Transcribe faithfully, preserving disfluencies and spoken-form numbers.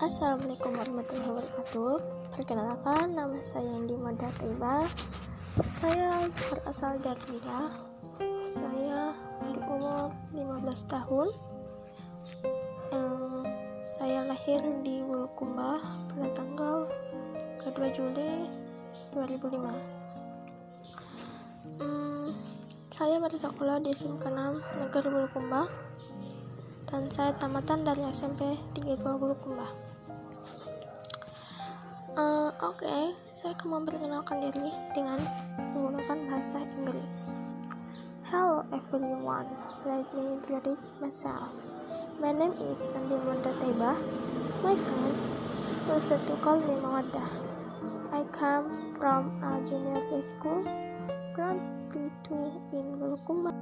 Assalamualaikum warahmatullahi wabarakatuh. Perkenalkan, nama saya Indi Mada Taiba. Saya berasal dari Mila. Saya berumur lima belas tahun. Yang saya lahir di Bulukumba pada tanggal dua Juli dua ribu lima. Hmm, saya bersekolah di S M K enam Negeri Bulukumba dan saya tamatan dari S M P tiga puluh dua Bulukumba. Uh, Oke, okay. Saya akan memperkenalkan diri dengan menggunakan bahasa Inggris. Hello everyone, let me introduce myself. My name is Andi Mada Taiba. My friends used to call me Mawada. I come from a junior high school from P two in Bulukumba.